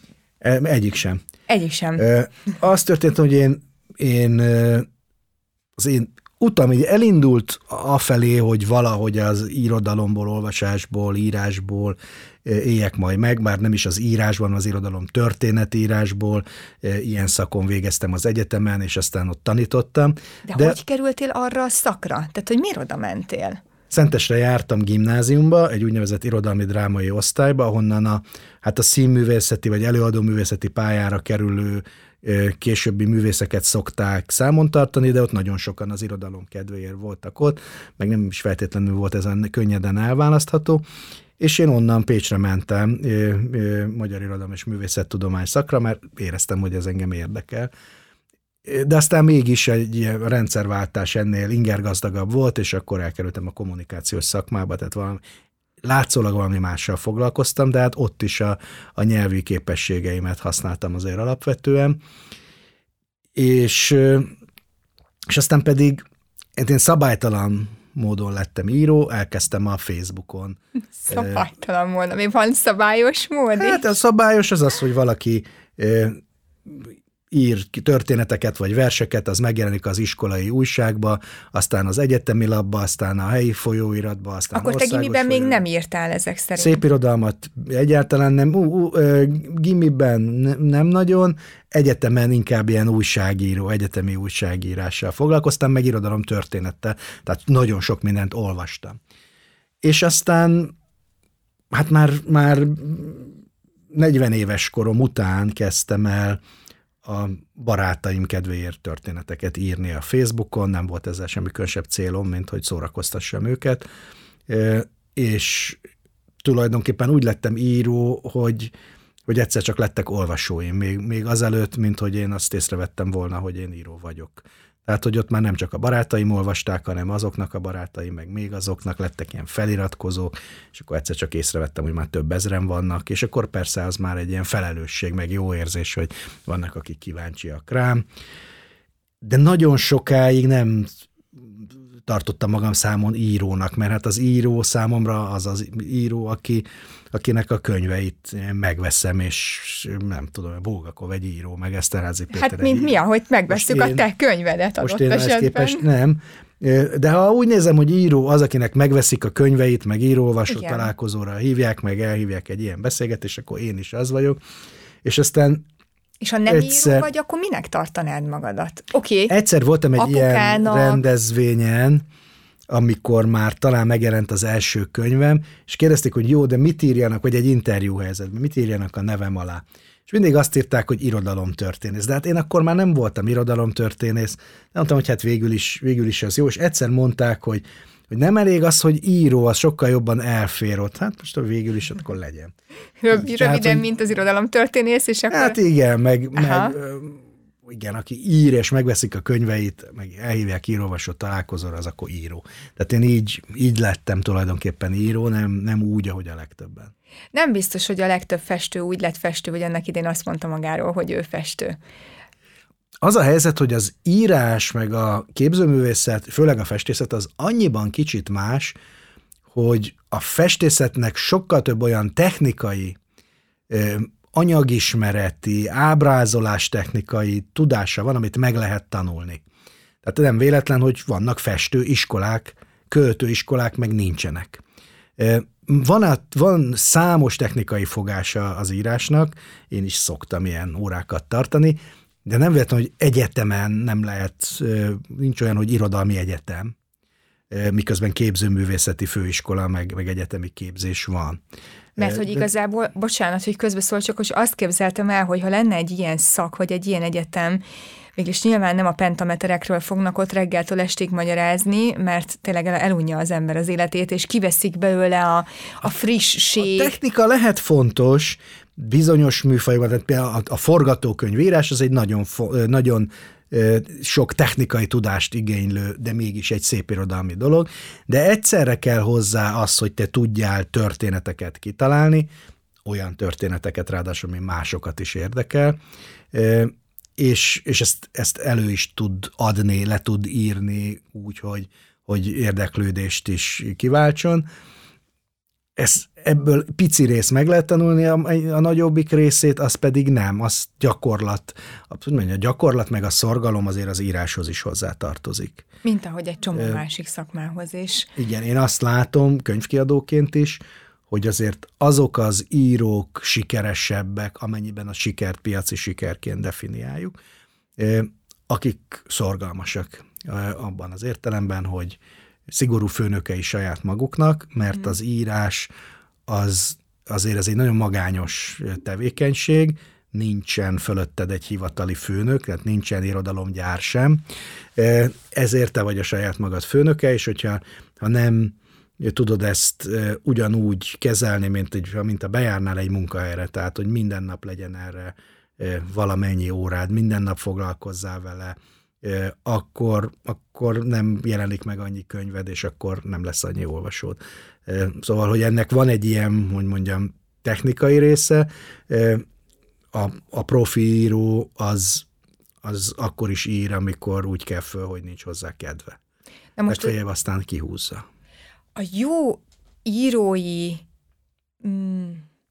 Egyik sem. Egyik sem. Az történt, hogy én, én az én utam így elindult afelé, hogy valahogy az irodalomból, olvasásból, írásból éljek majd meg, bár nem is az írásban, az irodalom történetírásból, ilyen szakon végeztem az egyetemen, és aztán ott tanítottam. De, De hogy kerültél arra a szakra? Tehát, hogy miért oda mentél? Szentesre jártam gimnáziumba, egy úgynevezett irodalmi drámai osztályba, ahonnan a, hát a színművészeti vagy előadóművészeti pályára kerülő későbbi művészeket szokták számon tartani, de ott nagyon sokan az irodalom kedvéért voltak ott, meg nem is feltétlenül volt ez könnyeden elválasztható, és én onnan Pécsre mentem magyar irodalom és művészettudomány szakra, mert éreztem, hogy ez engem érdekel. De aztán mégis egy rendszerváltás ennél ingergazdagabb volt, és akkor elkerültem a kommunikációs szakmába, tehát valami, látszólag valami mással foglalkoztam, de hát ott is a, a nyelvi képességeimet használtam azért alapvetően. És, és aztán pedig én szabálytalan módon lettem író, elkezdtem a Facebookon. Szabálytalan módon, mi van szabályos mód? Hát a szabályos az az, hogy valaki ír történeteket vagy verseket, az megjelenik az iskolai újságba, aztán az egyetemi labba, aztán a helyi folyóiratba, aztán akkor te gimiben még nem írtál ezek szerint? Szépirodalmat egyáltalán nem, ú, ú, gimiben nem nagyon, egyetemen inkább ilyen újságíró, egyetemi újságírással foglalkoztam, meg irodalom történettel, tehát nagyon sok mindent olvastam. És aztán, hát már, már negyven éves korom után kezdtem el a barátaim kedvéért történeteket írni a Facebookon, nem volt ezzel semmi különösebb célom, mint hogy szórakoztassam őket, és tulajdonképpen úgy lettem író, hogy, hogy egyszer csak lettek olvasóim, még, még azelőtt, mint hogy én azt észrevettem volna, hogy én író vagyok. Tehát, hogy ott már nem csak a barátaim olvasták, hanem azoknak a barátaim, meg még azoknak lettek ilyen feliratkozók, és akkor egyszer csak észrevettem, hogy már több ezren vannak, és akkor persze az már egy ilyen felelősség, meg jó érzés, hogy vannak, akik kíváncsiak rám. De nagyon sokáig nem tartottam magam számon írónak, mert hát az író számomra az az író, aki, akinek a könyveit megveszem, és nem tudom, Bulgakov egy író, meg Eszterházy Péter. Hát mint mi, ahogy megveszünk a te könyvedet adott most esetben. Képest nem. De ha úgy nézem, hogy író az, akinek megveszik a könyveit, meg író-olvasó találkozóra hívják, meg elhívják egy ilyen beszélgetés, akkor én is az vagyok. És aztán és ha nem egyszer, író vagy, akkor minek tartanád magadat? Oké. Okay. Egyszer voltam egy Apukának... ilyen rendezvényen, amikor már talán megjelent az első könyvem, és kérdezték, hogy jó, de mit írjanak, vagy egy interjú helyzetben, mit írjanak a nevem alá. És mindig azt írták, hogy irodalomtörténész. De hát én akkor már nem voltam irodalomtörténész, nem mondtam, hogy hát végül is, végül is az jó, és egyszer mondták, hogy hogy nem elég az, hogy író, az sokkal jobban elfér ott. Hát most végül is akkor legyen. Röviden, hát, hogy, mint az irodalomtörténész, és akkor... Hát igen, meg, meg igen, aki ír, és megveszik a könyveit, meg elhívják író-olvasó találkozóra, az akkor író. Tehát én így, így lettem tulajdonképpen író, nem, nem úgy, ahogy a legtöbben. Nem biztos, hogy a legtöbb festő úgy lett festő, hogy annak idén azt mondta magáról, hogy ő festő. Az a helyzet, hogy az írás, meg a képzőművészet, főleg a festészet, az annyiban kicsit más, hogy a festészetnek sokkal több olyan technikai, anyagismereti, ábrázolástechnikai tudása van, amit meg lehet tanulni. Tehát nem véletlen, hogy vannak festőiskolák, költőiskolák meg nincsenek. Van, a, van számos technikai fogása az írásnak, én is szoktam ilyen órákat tartani, de nem véletlen, hogy egyetemen nem lehet, nincs olyan, hogy irodalmi egyetem, miközben képzőművészeti főiskola, meg, meg egyetemi képzés van. Mert hogy igazából, bocsánat, hogy közbeszól, csak most azt képzeltem el, hogy ha lenne egy ilyen szak, vagy egy ilyen egyetem, mégis nyilván nem a pentameterekről fognak ott reggeltől estig magyarázni, mert tényleg elunja az ember az életét, és kiveszik belőle a, a frissség. A technika lehet fontos, bizonyos műfajban, tehát például a, a forgatókönyvírás az egy nagyon, nagyon sok technikai tudást igénylő, de mégis egy szépirodalmi dolog, de egyszerre kell hozzá az, hogy te tudjál történeteket kitalálni, olyan történeteket ráadásul, ami másokat is érdekel, és, és ezt, ezt elő is tud adni, le tud írni úgy, hogy, hogy érdeklődést is kiváltson. Ez, ebből pici rész meg lehet tanulni, a, a nagyobbik részét, az pedig nem, az gyakorlat. A gyakorlat meg a szorgalom azért az íráshoz is hozzátartozik. Mint ahogy egy csomó Ö, másik szakmához is. Igen, én azt látom könyvkiadóként is, hogy azért azok az írók sikeresebbek, amennyiben a sikert piaci sikerként definiáljuk, akik szorgalmasak abban az értelemben, hogy szigorú főnökei saját maguknak, mert az írás az azért ez egy nagyon magányos tevékenység, nincsen fölötted egy hivatali főnök, tehát nincsen irodalomgyár sem, ezért te vagy a saját magad főnöke, és hogyha ha nem tudod ezt ugyanúgy kezelni, mint, egy, mint a bejárnál egy munkahelyre, tehát hogy minden nap legyen erre valamennyi órád, minden nap foglalkozzál vele, akkor, akkor nem jelenik meg annyi könyved, és akkor nem lesz annyi olvasód. Szóval, hogy ennek van egy ilyen, hogy mondjam, technikai része, a, a profi író az, az akkor is ír, amikor úgy kell föl, hogy nincs hozzá kedve. Na most legfeljebb aztán kihúzza. A jó írói mm,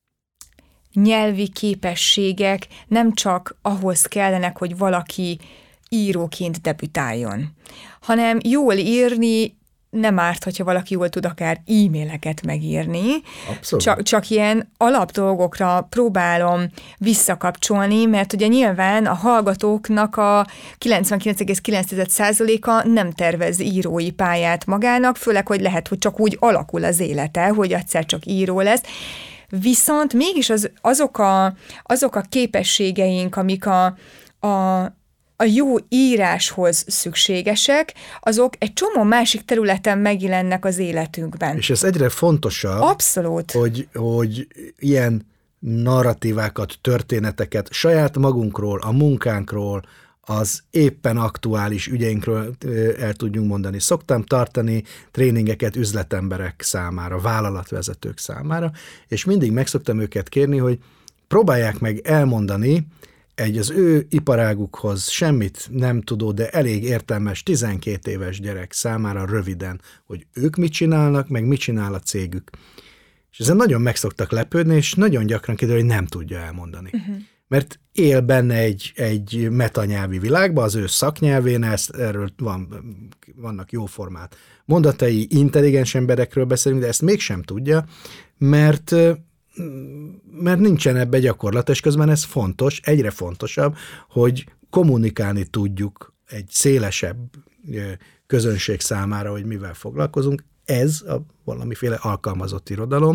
nyelvi képességek nem csak ahhoz kellenek, hogy valaki íróként debütáljon, hanem jól írni nem árt, hogyha valaki jól tud akár e-maileket megírni. Csak, csak ilyen alapdolgokra próbálom visszakapcsolni, mert ugye nyilván a hallgatóknak a kilencvenkilenc egész kilenc százaléka nem tervez írói pályát magának, főleg, hogy lehet, hogy csak úgy alakul az élete, hogy egyszer csak író lesz. Viszont mégis az, azok, a, azok a képességeink, amik a, a a jó íráshoz szükségesek, azok egy csomó másik területen megjelennek az életünkben. És ez egyre fontosabb, abszolút, hogy, hogy ilyen narratívákat, történeteket saját magunkról, a munkánkról, az éppen aktuális ügyeinkről el tudjunk mondani. Szoktam tartani tréningeket üzletemberek számára, vállalatvezetők számára, és mindig meg szoktam őket kérni, hogy próbálják meg elmondani egy az ő iparágukhoz semmit nem tudó, de elég értelmes tizenkét éves gyerek számára röviden, hogy ők mit csinálnak, meg mit csinál a cégük. És ezen nagyon meg szoktak lepődni, és nagyon gyakran kiderül, hogy nem tudja elmondani. Uh-huh. Mert él benne egy, egy metanyelvi világban, az ő szaknyelvén, ezt, erről van, vannak jóformát mondatai, intelligens emberekről beszélünk, de ezt mégsem tudja, mert mert nincsen ebbe gyakorlat, és közben ez fontos, egyre fontosabb, hogy kommunikálni tudjuk egy szélesebb közönség számára, hogy mivel foglalkozunk. Ez a valamiféle alkalmazott irodalom,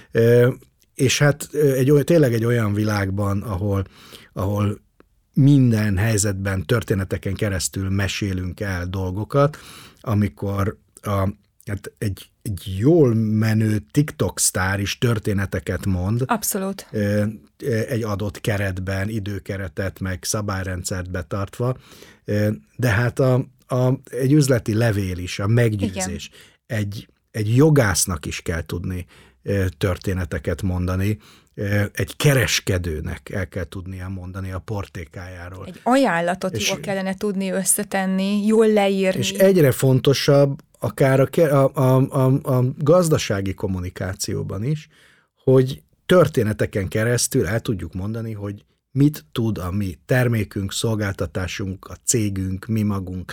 és hát egy, tényleg egy olyan világban, ahol, ahol minden helyzetben, történeteken keresztül mesélünk el dolgokat, amikor a Hát egy, egy jól menő TikTok sztár is történeteket mond. Abszolút. Egy adott keretben, időkeretet, meg szabályrendszert betartva, de hát a, a, egy üzleti levél is, a meggyőzés. Egy, egy jogásznak is kell tudni történeteket mondani, egy kereskedőnek el kell tudnia mondani a portékájáról. Egy ajánlatot és, jól kellene tudni összetenni, jól leírni. És egyre fontosabb, akár a, a, a, a gazdasági kommunikációban is, hogy történeteken keresztül el tudjuk mondani, hogy mit tud a mi termékünk, szolgáltatásunk, a cégünk, mi magunk,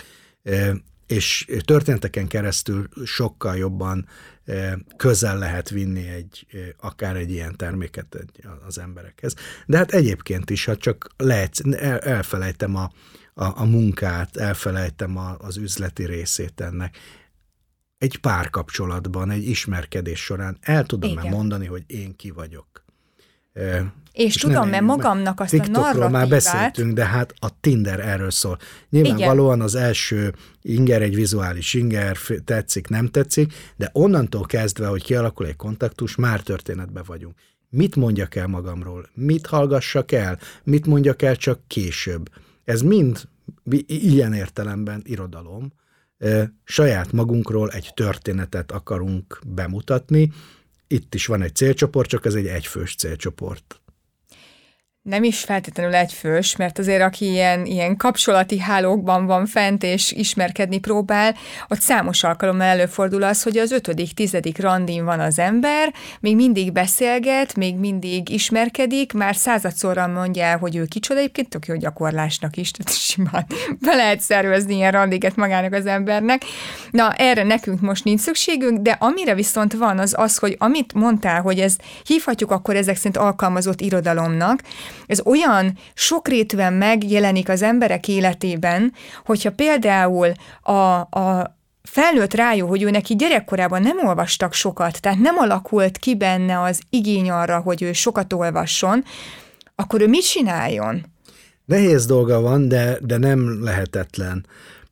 és történeteken keresztül sokkal jobban közel lehet vinni egy, akár egy ilyen terméket az emberekhez. De hát egyébként is, ha csak lehet, elfelejtem a, a, a munkát, elfelejtem a, az üzleti részét ennek. Egy párkapcsolatban, egy ismerkedés során el tudom-e mondani, hogy én ki vagyok. És, és tudom, mert magamnak azt a narratívát... már beszéltünk, de hát a Tinder erről szól. Nyilvánvalóan az első inger egy vizuális inger, tetszik, nem tetszik, de onnantól kezdve, hogy kialakul egy kontaktus, már történetben vagyunk. Mit mondjak el magamról? Mit hallgassak el? Mit mondjak el csak később? Ez mind ilyen értelemben irodalom. Saját magunkról egy történetet akarunk bemutatni. Itt is van egy célcsoport, csak ez egy egyfős célcsoport. Nem is feltétlenül egyfős, mert azért aki ilyen, ilyen kapcsolati hálókban van fent és ismerkedni próbál, ott számos alkalommal előfordul az, hogy az ötödik, tizedik randin van az ember, még mindig beszélget, még mindig ismerkedik, már századszorra mondja el, hogy ő kicsoda, egyébként tök jó gyakorlásnak is, tehát simán be lehet szervezni ilyen randiket magának az embernek. Na, erre nekünk most nincs szükségünk, de amire viszont van az az, hogy amit mondtál, hogy ez hívhatjuk akkor ezek szerint alkalmazott irodalomnak, ez olyan sokrétűen megjelenik az emberek életében, hogyha például a, a felnőtt rájön, hogy ő neki gyerekkorában nem olvastak sokat, tehát nem alakult ki benne az igény arra, hogy ő sokat olvasson, akkor ő mit csináljon? Nehéz dolga van, de, de nem lehetetlen.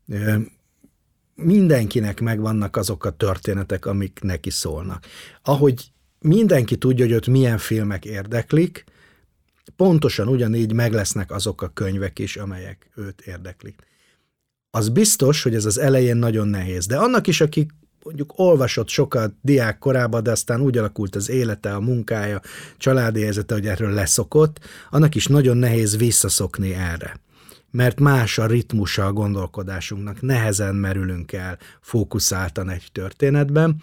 Mindenkinek megvannak azok a történetek, amik neki szólnak. Ahogy mindenki tudja, hogy ott milyen filmek érdeklik, pontosan ugyanígy meg lesznek azok a könyvek is, amelyek őt érdeklik. Az biztos, hogy ez az elején nagyon nehéz, de annak is, aki mondjuk olvasott sokat diák korában, de aztán úgy alakult az élete, a munkája, családi helyzete, hogy erről leszokott, annak is nagyon nehéz visszaszokni erre. Mert más a ritmusa a gondolkodásunknak, nehezen merülünk el fókuszáltan egy történetben.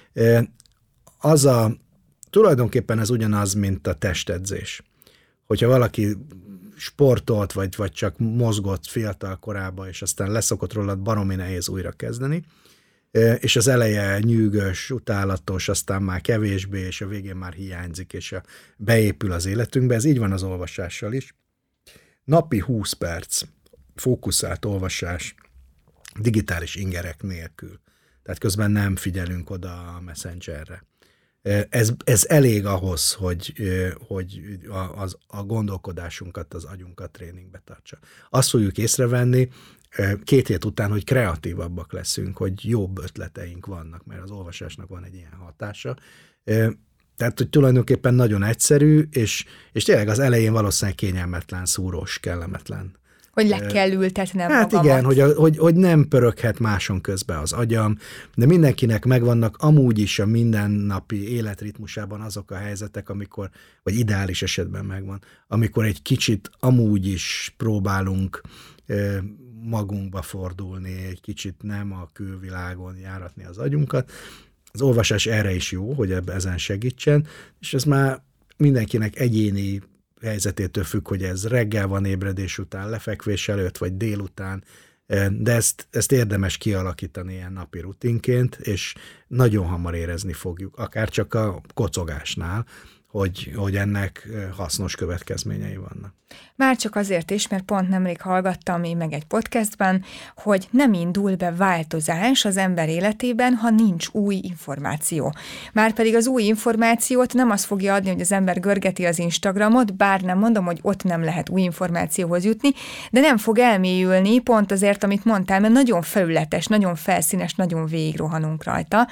Az a, tulajdonképpen ez ugyanaz, mint a testedzés. Hogyha valaki sportolt, vagy, vagy csak mozgott fiatal korában, és aztán leszokott róla, baromi nehéz újra kezdeni, és az eleje nyűgös, utálatos, aztán már kevésbé, és a végén már hiányzik, és a, beépül az életünkbe. Ez így van az olvasással is. Napi húsz perc fókuszált olvasás digitális ingerek nélkül. Tehát közben nem figyelünk oda a Messengerre. Ez, ez elég ahhoz, hogy, hogy a, az, a gondolkodásunkat, az agyunkat tréningbe tartsa. Azt fogjuk észrevenni két hét után, hogy kreatívabbak leszünk, hogy jobb ötleteink vannak, mert az olvasásnak van egy ilyen hatása. Tehát, hogy tulajdonképpen nagyon egyszerű, és, és tényleg az elején valószínűleg kényelmetlen, szúrós, kellemetlen. Hogy le kell ültetnem hát magamat. igen, hogy, a, hogy, hogy nem pöröghet máson közben az agyam, de mindenkinek megvannak amúgy is a mindennapi életritmusában azok a helyzetek, amikor, vagy ideális esetben megvan, amikor egy kicsit amúgy is próbálunk eh, magunkba fordulni, egy kicsit nem a külvilágon járatni az agyunkat. Az olvasás erre is jó, hogy ebben ezen segítsen, és ez már mindenkinek egyéni helyzetétől függ, hogy ez reggel van ébredés után, lefekvés előtt, vagy délután, de ezt, ezt érdemes kialakítani ilyen napi rutinként, és nagyon hamar érezni fogjuk, akár csak a kocogásnál, hogy, hogy ennek hasznos következményei vannak. Már csak azért is, mert pont nemrég hallgattam én meg egy podcastban, hogy nem indul be változás az ember életében, ha nincs új információ. Márpedig az új információt nem az fogja adni, hogy az ember görgeti az Instagramot, bár nem mondom, hogy ott nem lehet új információhoz jutni, de nem fog elmélyülni pont azért, amit mondtál, mert nagyon felületes, nagyon felszínes, nagyon végigrohanunk rajta.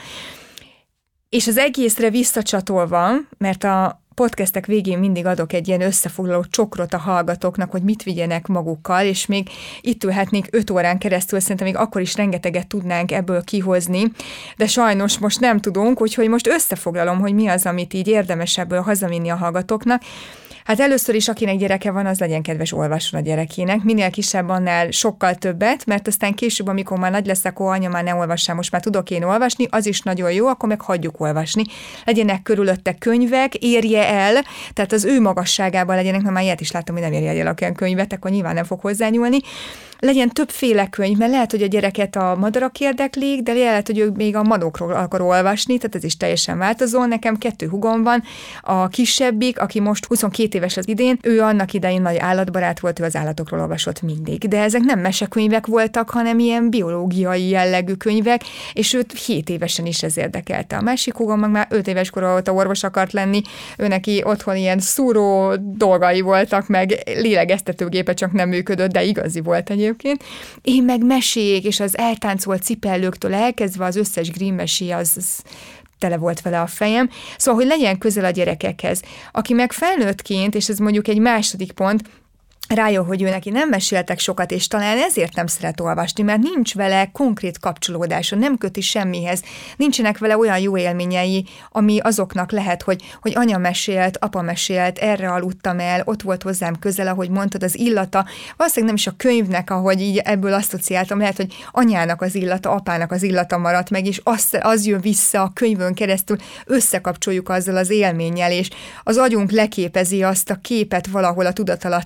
És az egészre visszacsatolva, mert a podcastek végén mindig adok egy ilyen összefoglaló csokrot a hallgatóknak, hogy mit vigyenek magukkal, és még itt ülhetnénk öt órán keresztül, szerintem még akkor is rengeteget tudnánk ebből kihozni, de sajnos most nem tudunk, úgyhogy most összefoglalom, hogy mi az, amit így érdemes ebből hazavinni a hallgatóknak. Hát először is, akinek gyereke van, az legyen kedves olvasson a gyerekének. Minél kisebb, annál sokkal többet, mert aztán később, amikor már nagy lesz, akkor anya már ne olvassál, most már tudok én olvasni, az is nagyon jó, akkor meg hagyjuk olvasni. Legyenek körülötte könyvek, érje el, tehát az ő magasságában legyenek, mert már ilyet is láttam, hogy nem érje el olyan könyvet, akkor nyilván nem fog hozzányúlni. Legyen többféle könyv, mert lehet, hogy a gyereket a madarak érdeklik, de lehet, hogy ő még a manókról akar olvasni, tehát ez is teljesen változó. Nekem kettő hugom van, a kisebbik, aki most huszonkét éves az idén, ő annak idején nagy állatbarát volt, ő az állatokról olvasott mindig. De ezek nem mesekönyvek voltak, hanem ilyen biológiai jellegű könyvek, és őt hét évesen is ez érdekelte. A másik hugom meg már öt éves kor óta orvos akart lenni, ő neki otthon ilyen szúró dolgai voltak, meg lélegeztetőgépe csak nem működött, de igazi volt egyébként. Én meg mesék, és az eltáncolt cipellőktől elkezdve az összes Grimm mesé, az, az tele volt vele a fejem. Szóval, hogy legyen közel a gyerekekhez. Aki meg felnőttként, és ez mondjuk egy második pont, rájön, hogy ő neki nem meséltek sokat, és talán ezért nem szeret olvasni, mert nincs vele konkrét kapcsolódása, nem köti semmihez, nincsenek vele olyan jó élményei, ami azoknak lehet, hogy, hogy anya mesélt, apa mesélt, erre aludtam el, ott volt hozzám közel, ahogy mondtad, az illata, valószínűleg nem is a könyvnek, ahogy így ebből asszociáltam, lehet, hogy anyának az illata, apának az illata maradt meg, és az, az jön vissza a könyvön keresztül, összekapcsoljuk azzal az élménnyel, és az agyunk leképezi azt a képet valahol a tudatalattiban, hogy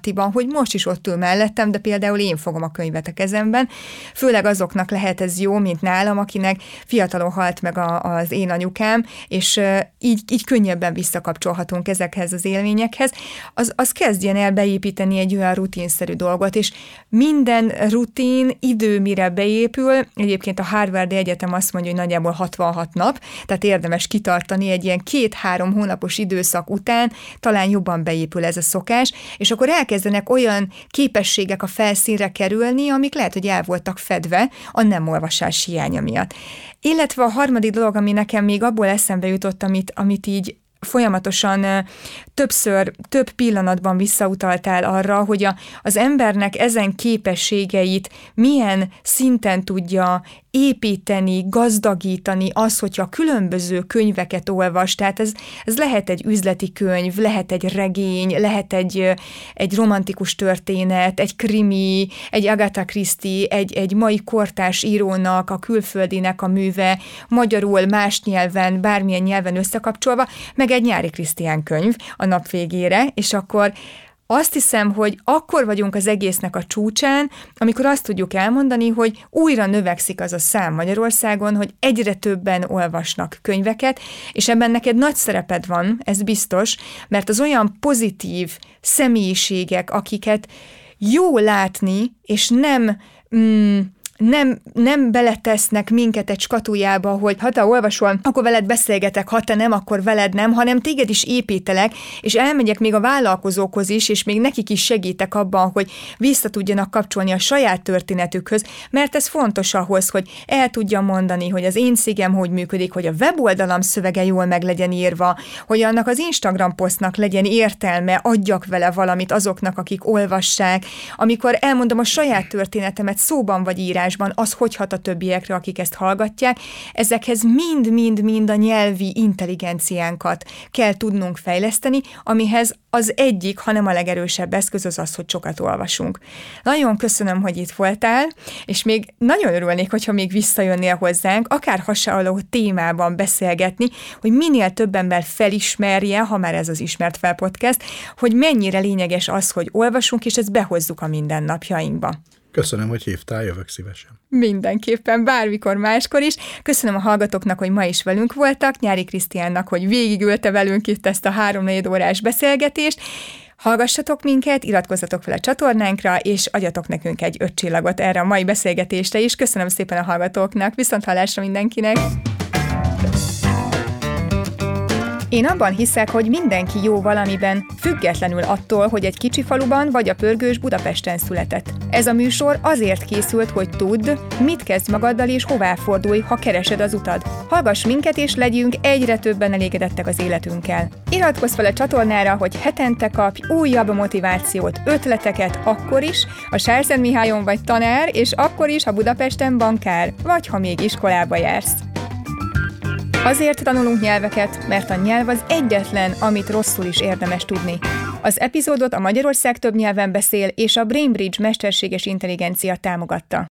hogy most is ott ül mellettem, de például én fogom a könyvet a kezemben. Főleg azoknak lehet ez jó, mint nálam, akinek fiatalon halt meg a, az én anyukám, és így, így könnyebben visszakapcsolhatunk ezekhez az élményekhez. Az, az kezdjen el beépíteni egy olyan rutinszerű dolgot, és minden rutin idő, mire beépül, egyébként a Harvardi Egyetem azt mondja, hogy nagyjából hatvanhat nap, tehát érdemes kitartani egy ilyen két-három hónapos időszak után, talán jobban beépül ez a szokás, és akkor elkezdenek olyan képességek a felszínre kerülni, amik lehet, hogy el voltak fedve a nem olvasás hiánya miatt. Illetve a harmadik dolog, ami nekem még abból eszembe jutott, amit, amit így folyamatosan többször, több pillanatban visszautaltál arra, hogy a, az embernek ezen képességeit milyen szinten tudja építeni, gazdagítani az, hogyha különböző könyveket olvas, tehát ez, ez lehet egy üzleti könyv, lehet egy regény, lehet egy, egy romantikus történet, egy krimi, egy Agatha Christie, egy, egy mai kortárs írónak, a külföldinek a műve, magyarul, más nyelven, bármilyen nyelven összekapcsolva, meg egy Nyári Krisztián könyv a nap végére, és akkor azt hiszem, hogy akkor vagyunk az egésznek a csúcsán, amikor azt tudjuk elmondani, hogy újra növekszik az a szám Magyarországon, hogy egyre többen olvasnak könyveket, és ebben neked nagy szereped van, ez biztos, mert az olyan pozitív személyiségek, akiket jó látni, és nem... Mm, Nem, nem beletesznek minket egy skatujába, hogy ha te olvasol, akkor veled beszélgetek, ha te nem, akkor veled nem, hanem téged is építelek, és elmegyek még a vállalkozókhoz is, és még nekik is segítek abban, hogy vissza tudjanak kapcsolni a saját történetükhöz, mert ez fontos ahhoz, hogy el tudjam mondani, hogy az én cégem hogy működik, hogy a weboldalam szövege jól meg legyen írva, hogy annak az Instagram posztnak legyen értelme, adjak vele valamit azoknak, akik olvassák. Amikor elmondom a saját történetemet szóban vagy írásban, az hogy hat a többiekre, akik ezt hallgatják, ezekhez mind-mind-mind a nyelvi intelligenciánkat kell tudnunk fejleszteni, amihez az egyik, hanem a legerősebb eszköz az az, hogy sokat olvasunk. Nagyon köszönöm, hogy itt voltál, és még nagyon örülnék, hogyha még visszajönnél hozzánk, akár hasonló témában beszélgetni, hogy minél több ember felismerje, ha már ez az Ismert Fel Podcast, hogy mennyire lényeges az, hogy olvasunk, és ezt behozzuk a mindennapjainkba. Köszönöm, hogy hívtál, jövök szívesen. Mindenképpen, bármikor máskor is. Köszönöm a hallgatóknak, hogy ma is velünk voltak, Nyári Krisztiánnak, hogy végigülte velünk itt ezt a háromnegyed órás beszélgetést. Hallgassatok minket, iratkozzatok fel a csatornánkra, és adjatok nekünk egy öt csillagot erre a mai beszélgetésre is. Köszönöm szépen a hallgatóknak, viszonthallásra mindenkinek! Én abban hiszek, hogy mindenki jó valamiben, függetlenül attól, hogy egy kicsi faluban vagy a pörgős Budapesten született. Ez a műsor azért készült, hogy tudd, mit kezd magaddal és hová fordulj, ha keresed az utad. Hallgass minket és legyünk egyre többen elégedettek az életünkkel. Iratkozz fel a csatornára, hogy hetente kapj újabb motivációt, ötleteket akkor is, ha Sárszentmihályon vagy tanár, és akkor is, ha Budapesten bankár, vagy ha még iskolába jársz. Azért tanulunk nyelveket, mert a nyelv az egyetlen, amit rosszul is érdemes tudni. Az epizódot a Magyarország több nyelven beszél és a BrainBridge mesterséges intelligencia támogatta.